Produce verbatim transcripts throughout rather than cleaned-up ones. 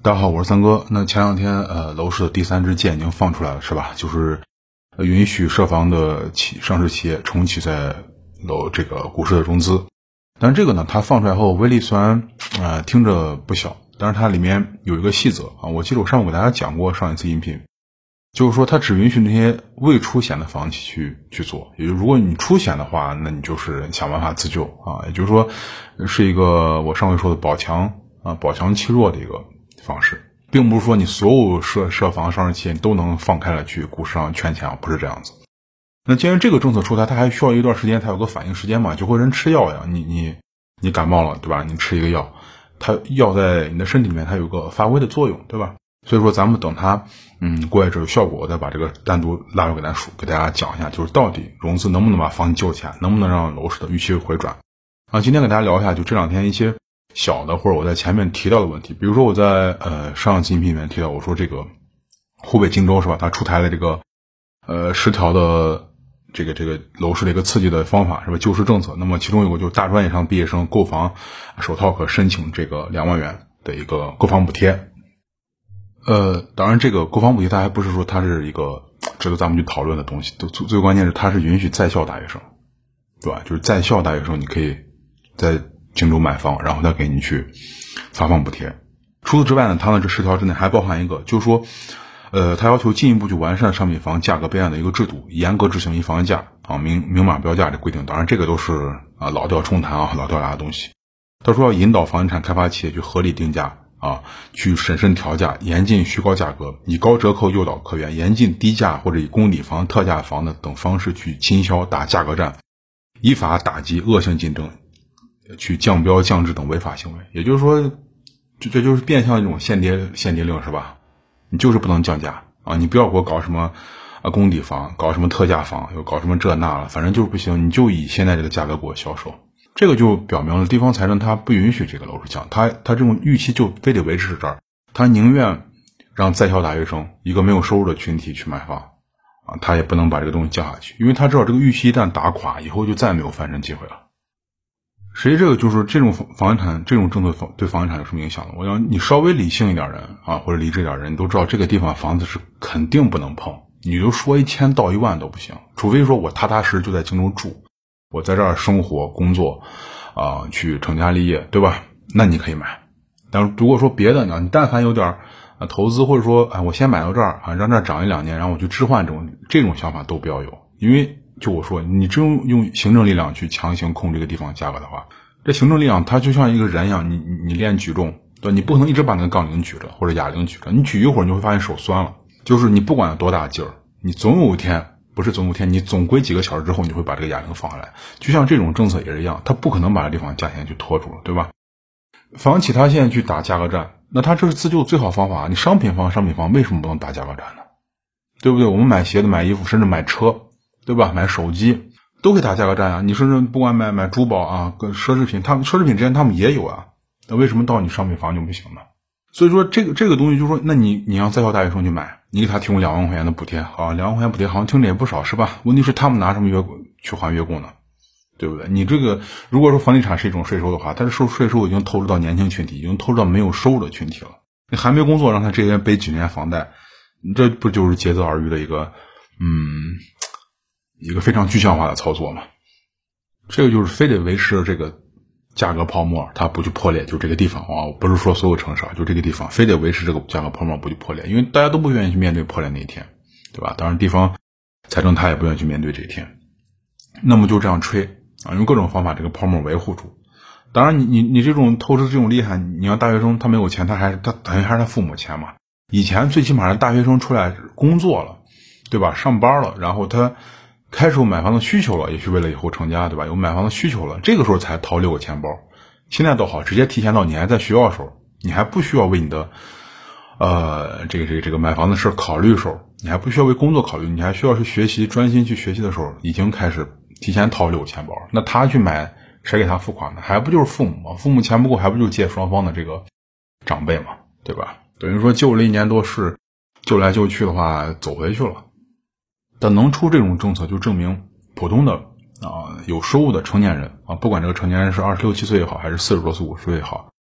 大家好，我是三哥。那前两天呃，楼市的第三支箭已经放出来了，是吧？就是允许涉房的企上市企业重启在楼这个股市的融资。但是这个呢，它放出来后威力虽然呃听着不小，但是它里面有一个细则啊，我记得我上午给大家讲过上一次音频，就是说它只允许那些未出险的房企去去做，也就是如果你出险的话，那你就是想办法自救啊，也就是说是一个我上回说的保强啊保强欺弱的一个方式，并不是说你所有涉涉房上市企业都能放开了去股市上圈钱啊，不是这样子。那既然这个政策出台，它还需要一段时间才有个反应时间嘛，就和人吃药一样，你你你感冒了对吧？你吃一个药，它药在你的身体里面它有个发挥的作用，对吧？所以说咱们等它嗯过一阵有效果，我再把这个单独拉出给大家数，给大家讲一下，就是到底融资能不能把房企救起来，能不能让楼市的预期回转啊？今天给大家聊一下，就这两天一些小的或者我在前面提到的问题，比如说我在呃上一期音频里面提到，我说这个湖北荆州是吧，它出台了这个呃十条的这个这个楼市的一个刺激的方法是吧，救市政策。那么其中有个就是大专以上毕业生购房首套可申请这个两万元的一个购房补贴。呃，当然这个购房补贴它还不是说它是一个值得咱们去讨论的东西，最最关键是它是允许在校大学生，对吧？就是在校大学生你可以在荆州买房，然后他给你去发放补贴。除此之外呢，它呢这十条之内还包含一个，就是说呃，他要求进一步去完善商品房价格备案的一个制度，严格执行一房一价啊，明明码标价的规定。当然这个都是啊老调重弹啊，老掉牙的东西。他说要引导房地产开发企业去合理定价啊，去审慎调价，严禁虚高价格，以高折扣诱导客源，严禁低价或者以公抵房、特价房的等方式去倾销打价格战，依法打击恶性竞争，去降标降质等违法行为。也就是说这这就是变相一种限跌限跌令是吧？你就是不能降价啊！你不要给我搞什么啊公抵房，搞什么特价房，又搞什么这那了，反正就是不行，你就以现在这个价格给我销售。这个就表明了地方财政它不允许这个楼市降，它它这种预期就非得维持这儿，它宁愿让在校大学生一个没有收入的群体去买房啊，他也不能把这个东西降下去，因为他知道这个预期一旦打垮，以后就再也没有翻身机会了。实际这个就是这种房地产这种政策对房地产有什么影响呢？我想你稍微理性一点人啊，或者理智一点人，你都知道这个地方房子是肯定不能碰，你就说一千到一万都不行，除非说我踏踏实实就在京州住，我在这儿生活工作啊，去成家立业，对吧？那你可以买。但是如果说别的呢，你但凡有点啊投资，或者说啊我先买到这儿啊，让这儿涨一两年，然后我去置换，这种这种想法都不要有，因为就我说，你只有用行政力量去强行控制一个地方价格的话，这行政力量它就像一个人一样，你你你练举重，对吧？你不可能一直把那个杠铃举着或者哑铃举着，你举一会儿你就会发现手酸了。就是你不管有多大劲儿，你总有一天，不是总有一天，你总归几个小时之后，你会把这个哑铃放下来。就像这种政策也是一样，它不可能把这地方价钱去拖住了，对吧？房企它现在去打价格战，那它这是自救的最好方法。你商品房商品房为什么不能打价格战呢？对不对？我们买鞋子买衣服甚至买车，对吧？买手机都可以打价格战啊！你甚至不管买买珠宝啊，跟奢侈品，他们奢侈品之间他们也有啊，那为什么到你商品房就不行呢？所以说这个这个东西就是说，那你你让在校大学生去买，你给他提供两万块钱的补贴，好，两万块钱补贴好像听着也不少是吧？问题是他们拿什么月去还月供呢？对不对？你这个如果说房地产是一种税收的话，它的收税收已经透支到年轻群体，已经透支到没有收入的群体了。你还没工作，让他这些人背几年房贷，这不就是竭泽而渔的一个嗯。一个非常具象化的操作嘛，这个就是非得维持这个价格泡沫，它不去破裂，就这个地方啊，不是说所有城市啊，就这个地方非得维持这个价格泡沫不去破裂，因为大家都不愿意去面对破裂那一天，对吧？当然地方财政它也不愿意去面对这一天，那么就这样吹啊，用各种方法这个泡沫维护住。当然你你你这种透支这种厉害，你让大学生他没有钱，他还是他等于还是他父母钱嘛。以前最起码是大学生出来工作了，对吧？上班了，然后他开始有买房的需求了，也许为了以后成家，对吧？有买房的需求了，这个时候才掏六个钱包。现在倒好，直接提前到你还在学校的时候，你还不需要为你的呃这个这个这个买房的事考虑的时候，你还不需要为工作考虑，你还需要去学习，专心去学习的时候，已经开始提前掏六个钱包。那他去买，谁给他付款呢？还不就是父母吗？父母钱不够，还不就借双方的这个长辈嘛，对吧？等于说救了一年多是救来救去的话，走回去了。但能出这种政策，就证明普通的啊有收入的成年人啊，不管这个成年人是二十六七岁也好，还是四十多岁五十岁也好，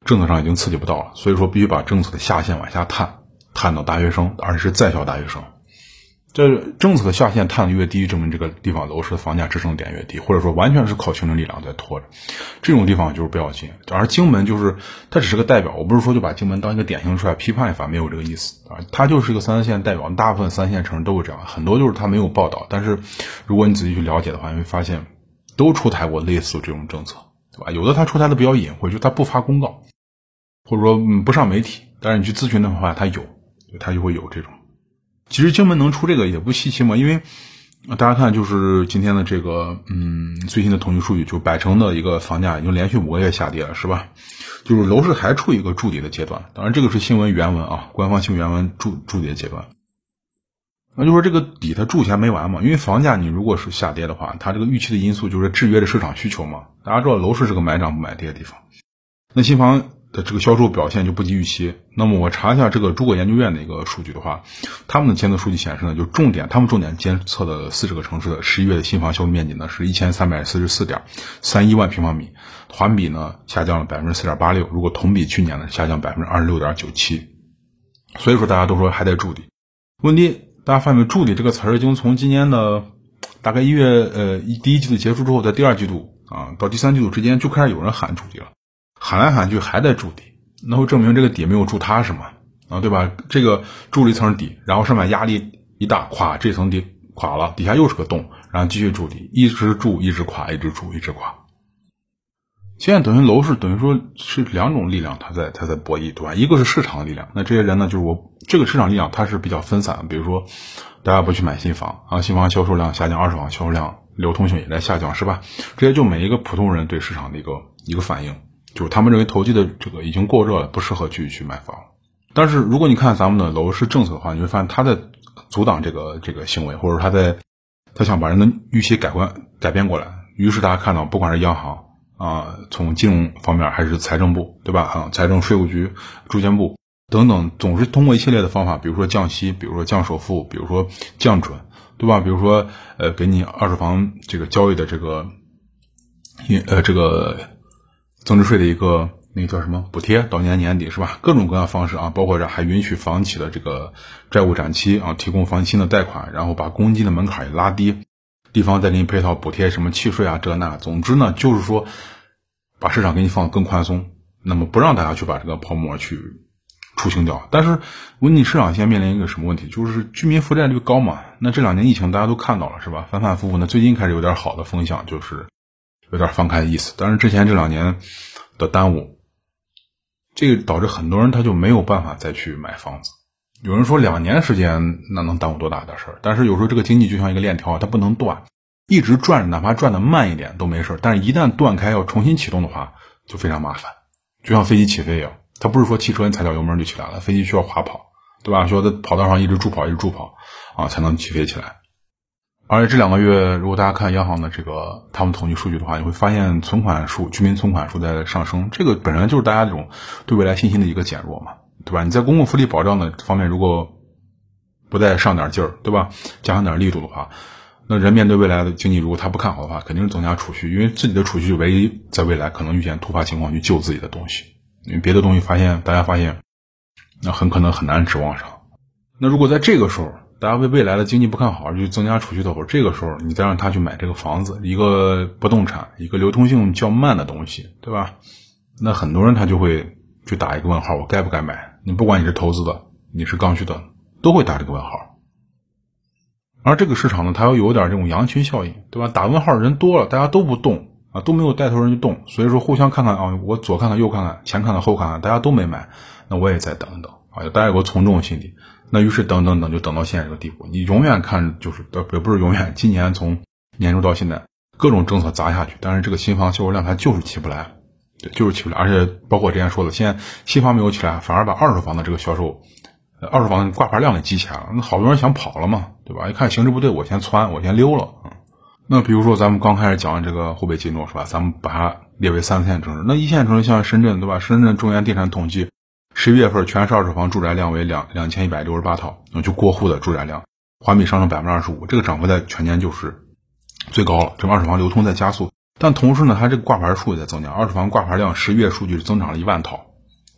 政策上已经刺激不到了，所以说必须把政策的下限往下探，探到大学生，而且是在校大学生。这政策的下限探得越低，证明这个地方楼市的房价支撑点越低，或者说完全是靠行政力量在拖着。这种地方就是不要进。而荆门就是它只是个代表，我不是说就把荆门当一个典型出来批判一番，没有这个意思啊。它就是一个三四线代表，大部分三线城市都是这样，很多就是它没有报道，但是如果你仔细去了解的话，你会发现都出台过类似这种政策，对吧？有的它出台的比较隐晦，就它不发公告，或者说、嗯、不上媒体，但是你去咨询的话，它有，它就会有这种。其实荆门能出这个也不稀奇嘛，因为大家看就是今天的这个嗯最新的统计数据，就百城的一个房价已经连续五个月下跌了，是吧？就是楼市还处于一个筑底的阶段，当然这个是新闻原文啊，官方新闻原文筑筑底的阶段。那就说这个底它筑起来没完嘛，因为房价你如果是下跌的话，它这个预期的因素就是制约着市场需求嘛。大家知道楼市是个买涨不买跌的地方，那新房的这个销售表现就不及预期。那么我查一下这个诸葛研究院的一个数据的话，他们的监测数据显示呢，就重点他们重点监测的四十个城市的十一月的新房销售面积呢是一千三百四十四点三一万平方米，环比呢下降了 百分之四点八六， 如果同比去年呢下降 百分之二十六点九七。 所以说大家都说还在筑底。问题大家发现筑底这个词儿已经从今年的大概一月呃第一季度结束之后，在第二季度啊到第三季度之间就开始有人喊筑底了，喊来喊去还在筑底，那会证明这个底没有筑踏实嘛，啊，对吧？这个筑了一层底，然后上面压力一大，垮，这层底垮了，底下又是个洞，然后继续筑底，一直筑，一直垮，一直筑，一直垮。现在等于楼市等于说是两种力量，它在它在博弈，对吧？一个是市场的力量，那这些人呢，就是我这个市场力量它是比较分散的，比如说大家不去买新房啊，新房销售量下降，二手房销售量流通性也在下降，是吧？这些就每一个普通人对市场的一个一个反应。就是他们认为投机的这个已经过热了，不适合去去买房。但是如果你看咱们的楼市政策的话，你会发现他在阻挡这个这个行为，或者他在他想把人的预期改观改变过来。于是大家看到，不管是央行啊，从金融方面还是财政部，对吧？啊，财政税务局、住建部等等，总是通过一系列的方法，比如说降息，比如说降首付，比如说降准，对吧？比如说呃，给你二手房这个交易的这个呃这个。增值税的一个那个叫什么补贴，到年年底是吧？各种各样方式啊，包括这还允许房企的这个债务展期啊，提供房新的贷款，然后把公积的门槛也拉低，地方再给你配套补贴，什么契税啊这那，总之呢就是说把市场给你放得更宽松，那么不让大家去把这个泡沫去出清掉。但是问题市场现在面临一个什么问题，就是居民负债率高嘛，那这两年疫情大家都看到了是吧？反反复复，那最近开始有点好的风向，就是有点放开的意思，但是之前这两年的耽误，这个导致很多人他就没有办法再去买房子。有人说两年时间那能耽误多大的事儿？但是有时候这个经济就像一个链条，它不能断，一直转，哪怕转得慢一点都没事，但是一旦断开要重新启动的话就非常麻烦。就像飞机起飞一样，它不是说汽车你踩脚油门就起来了，飞机需要滑跑，对吧？需要在跑道上一直助跑一直助跑啊，才能起飞起来。而且这两个月如果大家看央行的这个他们统计数据的话，你会发现存款数居民存款数在上升，这个本来就是大家这种对未来信心的一个减弱嘛，对吧？你在公共福利保障的方面如果不再上点劲儿，对吧？加上点力度的话，那人面对未来的经济如果他不看好的话，肯定是增加储蓄，因为自己的储蓄唯一在未来可能遇见突发情况去救自己的东西，因为别的东西发现大家发现那很可能很难指望上。那如果在这个时候大家为未来的经济不看好而去增加储蓄的时候，这个时候你再让他去买这个房子，一个不动产，一个流通性较慢的东西，对吧？那很多人他就会去打一个问号，我该不该买？你不管你是投资的你是刚需的都会打这个问号。而这个市场呢，它要有点这种羊群效应，对吧？打问号的人多了，大家都不动啊，都没有带头人去动，所以说互相看看啊，我左看看右看看，前看看后看看，大家都没买，那我也再等一等啊，大家有个从众心理。那于是等等等就等到现在这个地步，你永远看就是也不是永远，今年从年初到现在各种政策砸下去，但是这个新房销售量它就是起不来，对，就是起不来。而且包括之前说的，现在新房没有起来，反而把二手房的这个销售二手房的挂牌量给积起来了，那好多人想跑了嘛，对吧？一看形势不对，我先窜，我先溜了。嗯，那比如说咱们刚开始讲这个湖北吉诺是吧，咱们把它列为三线城市，那一线城市像深圳，对吧？深圳中原地产统计十一月份全市二手房住宅量为两两千一百六十八套，就过户的住宅量环比上升 百分之二十五， 这个涨幅在全年就是最高了，这个二手房流通在加速。但同时呢，它这个挂牌数也在增加，二手房挂牌量十一月数据是增长了一万套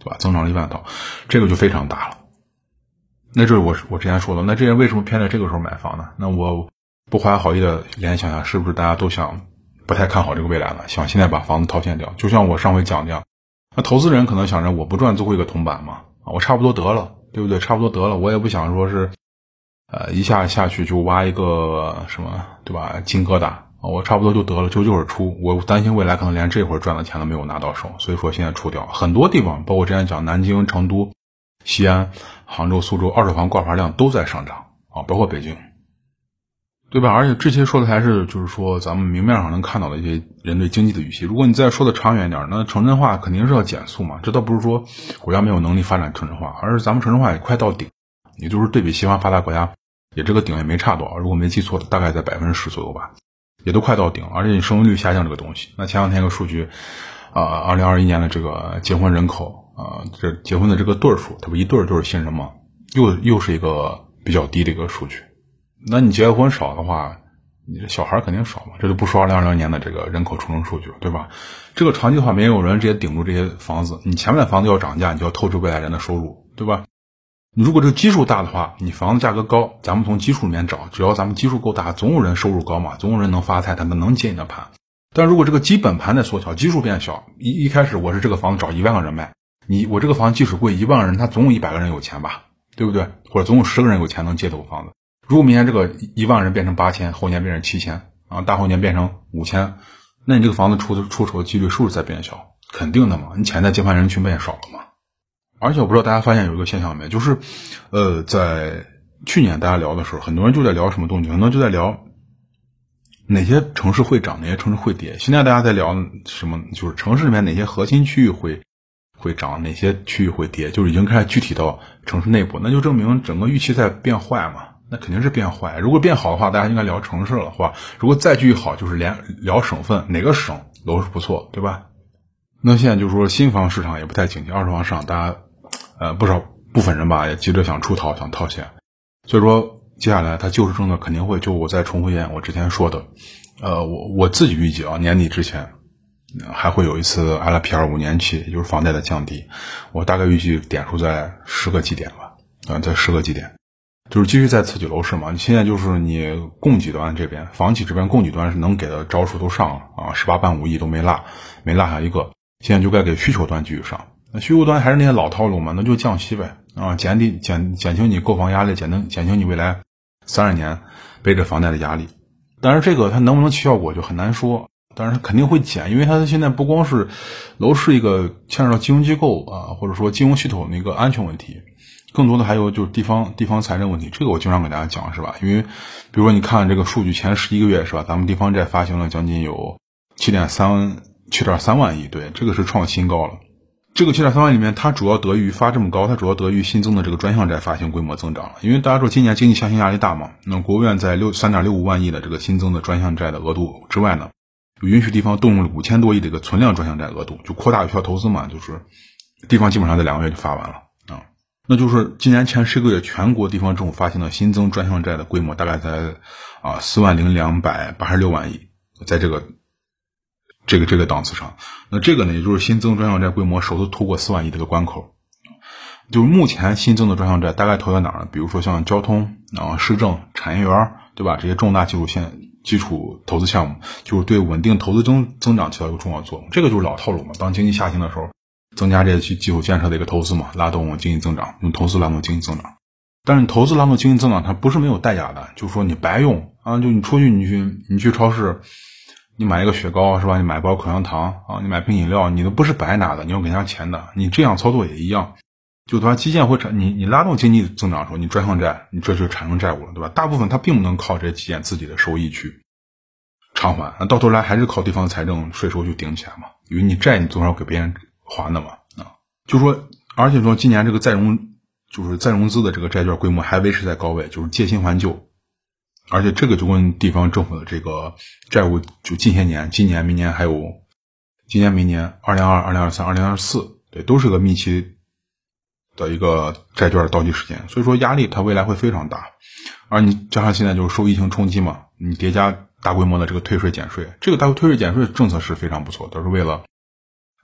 对吧？增长了一万套，这个就非常大了。那这是我我之前说的，那这人为什么偏在这个时候买房呢？那我不怀好意的联想一下，是不是大家都想不太看好这个未来了，想现在把房子套现掉？就像我上回讲这样，那投资人可能想着我不赚最后一个铜板嘛，啊，我差不多得了，对不对？差不多得了，我也不想说是，呃，一下下去就挖一个什么，对吧？金疙瘩，我差不多就得了，就一会儿出，我担心未来可能连这会儿赚的钱都没有拿到手，所以说现在出掉。很多地方，包括之前讲南京、成都、西安、杭州、苏州，二手房挂牌量都在上涨啊，包括北京，对吧？而且这些说的还是就是说咱们明面上能看到的一些人对经济的预期。如果你再说的长远一点，那城镇化肯定是要减速嘛。这倒不是说国家没有能力发展城镇化，而是咱们城镇化也快到顶，也就是对比西方发达国家，也这个顶也没差多少。如果没记错的，大概在百分之十左右吧，也都快到顶了。而且你生育率下降这个东西，那前两天一个数据，啊、呃，二零二一年的这个结婚人口啊、呃，这结婚的这个对数，它不一对就是新人嘛，又又是一个比较低的一个数据。那你结婚少的话，你这小孩肯定少嘛，这就不说二零二零年的这个人口出生数据了，对吧？这个长期的话，没有人直接顶住这些房子，你前面的房子要涨价，你就要透支未来人的收入，对吧？你如果这个基数大的话，你房子价格高，咱们从基数里面找，只要咱们基数够大，总有人收入高嘛，总有人能发财，他能接你的盘。但如果这个基本盘在缩小，基数变小，一一开始我是这个房子找一万个人卖，你我这个房子即使贵一万个人，他总有一百个人有钱吧，对不对？或者总有十个人有钱能接这个房子。如果明年这个一万人变成八千，后年变成七千，啊，大后年变成五千，那你这个房子出的出手的几率是不是在变小？肯定的嘛，你潜在接盘人群变少了嘛。而且我不知道大家发现有一个现象没，就是，呃，在去年大家聊的时候，很多人就在聊什么东西，很多人就在聊哪些城市会涨，哪些城市会跌。现在大家在聊什么？就是城市里面哪些核心区域会会涨，哪些区域会跌，就是已经开始具体到城市内部，那就证明整个预期在变坏嘛。那肯定是变坏。如果变好的话，大家应该聊城市了，是吧？如果再继续好，就是连聊省份，哪个省楼是不错，对吧？那现在就是说新房市场也不太景气，二手房市场大家呃不少部分人吧也急着想出逃，想套现，所以说接下来它救市政策肯定会，就我再重复一遍我之前说的，呃，我我自己预计啊，年底之前还会有一次 L P R 五年期，也就是房贷的降低，我大概预计点数在十个基点吧，啊、呃，在十个基点。就是继续在刺激楼市嘛，现在就是你供给端这边，房企这边供给端是能给的招数都上了啊，十八般武艺都没落，没落下一个，现在就该给需求端继续上。那需求端还是那些老套路嘛，那就降息呗啊，减低减减轻你购房压力，减轻减轻你未来三十年背着房贷的压力。但是这个它能不能起效果就很难说，但是它肯定会减，因为它现在不光是楼市一个牵扯到金融机构啊，或者说金融系统的一个安全问题。更多的还有就是地方地方财政问题，这个我经常给大家讲，是吧？因为比如说你看这个数据，前十一个月是吧，咱们地方债发行了将近有七点三七点三万亿，对，这个是创新高了。这个七点三万亿里面，它主要得益于发这么高，它主要得益于新增的这个专项债发行规模增长了。因为大家说今年经济下行压力大嘛，那国务院在六三点六五万亿的这个新增的专项债的额度之外呢，允许地方动用了五千多亿的一个存量专项债额度，就扩大有效投资嘛，就是地方基本上在两个月就发完了。那就是今年前十个月全国地方政府发行的新增专项债的规模大概在啊四万零两百八十六万亿，在这个这个这个档次上，那这个呢也就是新增专项债规模首次突破四万亿这个关口。就是目前新增的专项债大概投在哪儿呢？比如说像交通啊、市政、产业园，对吧？这些重大基础线基础投资项目，就是对稳定投资增增长起到一个重要作用。这个就是老套路嘛，当经济下行的时候，增加这些基础建设的一个投资嘛，拉动经济增长，用投资拉动经济增长。但是你投资拉动经济增长，它不是没有代价的，就是说你白用啊，就你出去你去你去超市，你买一个雪糕是吧？你买包口香糖啊，你买瓶饮料，你都不是白拿的，你要给人家钱的。你这样操作也一样，就它基建会产你你拉动经济增长的时候，你专项债你这就产生债务了，对吧？大部分它并不能靠这些基建自己的收益去偿还，那到头来还是靠地方财政税收去顶起来嘛，因为你债你总是要给别人还的嘛，啊，就说，而且说今年这个再融，就是再融资的这个债券规模还维持在高位，就是借新还旧，而且这个就跟地方政府的这个债务，就近些年，今年、明年还有今年、明年、二零二二、二零二三、二零二四，对，都是个密期的一个债券到期时间，所以说压力它未来会非常大，而你加上现在就是受疫情冲击嘛，你叠加大规模的这个退税减税，这个大退税减税政策是非常不错，都是为了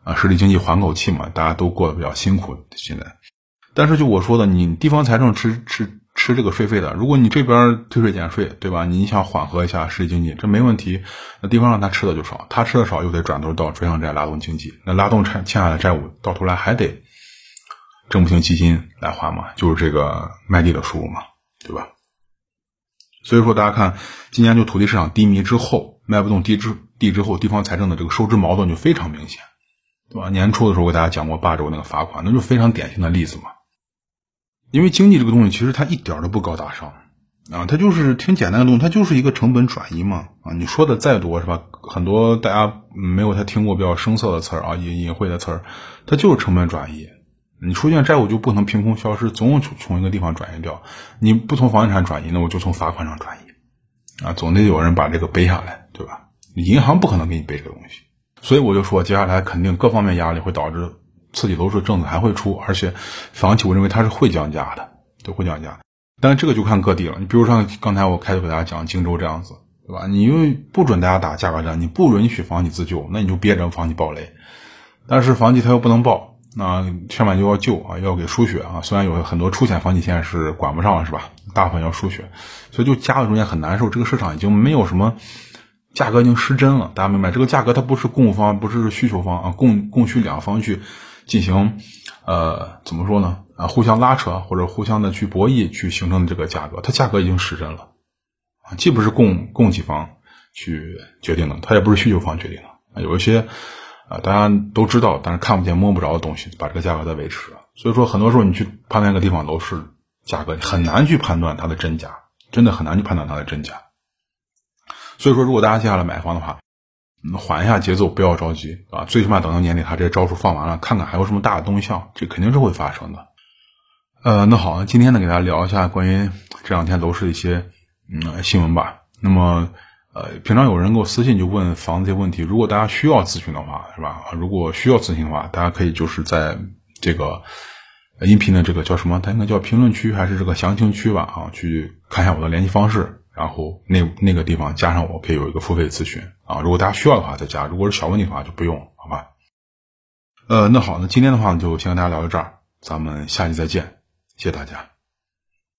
啊，实体经济缓口气嘛，大家都过得比较辛苦现在。但是就我说的，你地方财政吃吃吃这个税费的，如果你这边退税减税，对吧？你想缓和一下实体经济，这没问题。那地方让他吃的就少，他吃的少又得转头到专项债拉动经济，那拉动欠欠下的债务，到头来还得政府性基金来还嘛，就是这个卖地的收入嘛，对吧？所以说大家看，今年就土地市场低迷之后，卖不动地之地之后，地方财政的这个收支矛盾就非常明显，对吧？年初的时候我给大家讲过霸州那个罚款，那就非常典型的例子嘛。因为经济这个东西其实它一点都不高大上啊，它就是挺简单的东西，它就是一个成本转移嘛啊，你说的再多是吧？很多大家没有太听过比较生涩的词儿啊，隐隐晦的词儿，它就是成本转移。你出现债务就不能凭空消失，总有从一个地方转移掉。你不从房地产转移，那我就从罚款上转移啊，总得有人把这个背下来，对吧？银行不可能给你背这个东西，所以我就说接下来肯定各方面压力会导致刺激楼市政策还会出，而且房企我认为它是会降价的，就会降价。但是这个就看各地了。你比如像刚才我开头给大家讲荆州这样子，对吧？你因为不准大家打价格战，你不允许房企自救，那你就憋着房企暴雷。但是房企它又不能爆，那千万就要救啊，要给输血啊。虽然有很多出险房企现在是管不上是吧？大部分要输血，所以就夹在中间很难受。这个市场已经没有什么价格已经失真了，大家明白？这个价格它不是供方，不是需求方啊，供供需两方去进行呃怎么说呢啊，互相拉扯或者互相的去博弈去形成的这个价格，它价格已经失真了啊，既不是供供给方去决定的，它也不是需求方决定的啊，有一些啊大家都知道但是看不见摸不着的东西把这个价格在维持了。所以说很多时候你去判断一个地方楼市价格，很难去判断它的真假，真的很难去判断它的真假。所以说如果大家接下来买房的话，缓一下节奏，不要着急啊！最起码等到年底他这些招数放完了，看看还有什么大的动向，这肯定是会发生的。呃，那好，今天呢给大家聊一下关于这两天楼市的一些嗯新闻吧。那么呃，平常有人给我私信就问房子这些问题，如果大家需要咨询的话，是吧？如果需要咨询的话，大家可以就是在这个音频的这个叫什么？它应该叫评论区还是这个详情区吧？啊，去看一下我的联系方式。然后那那个地方加上我可以有一个付费咨询啊，如果大家需要的话再加，如果是小问题的话就不用，好吧？呃，那好，那今天的话呢就先跟大家聊到这儿，咱们下期再见，谢谢大家。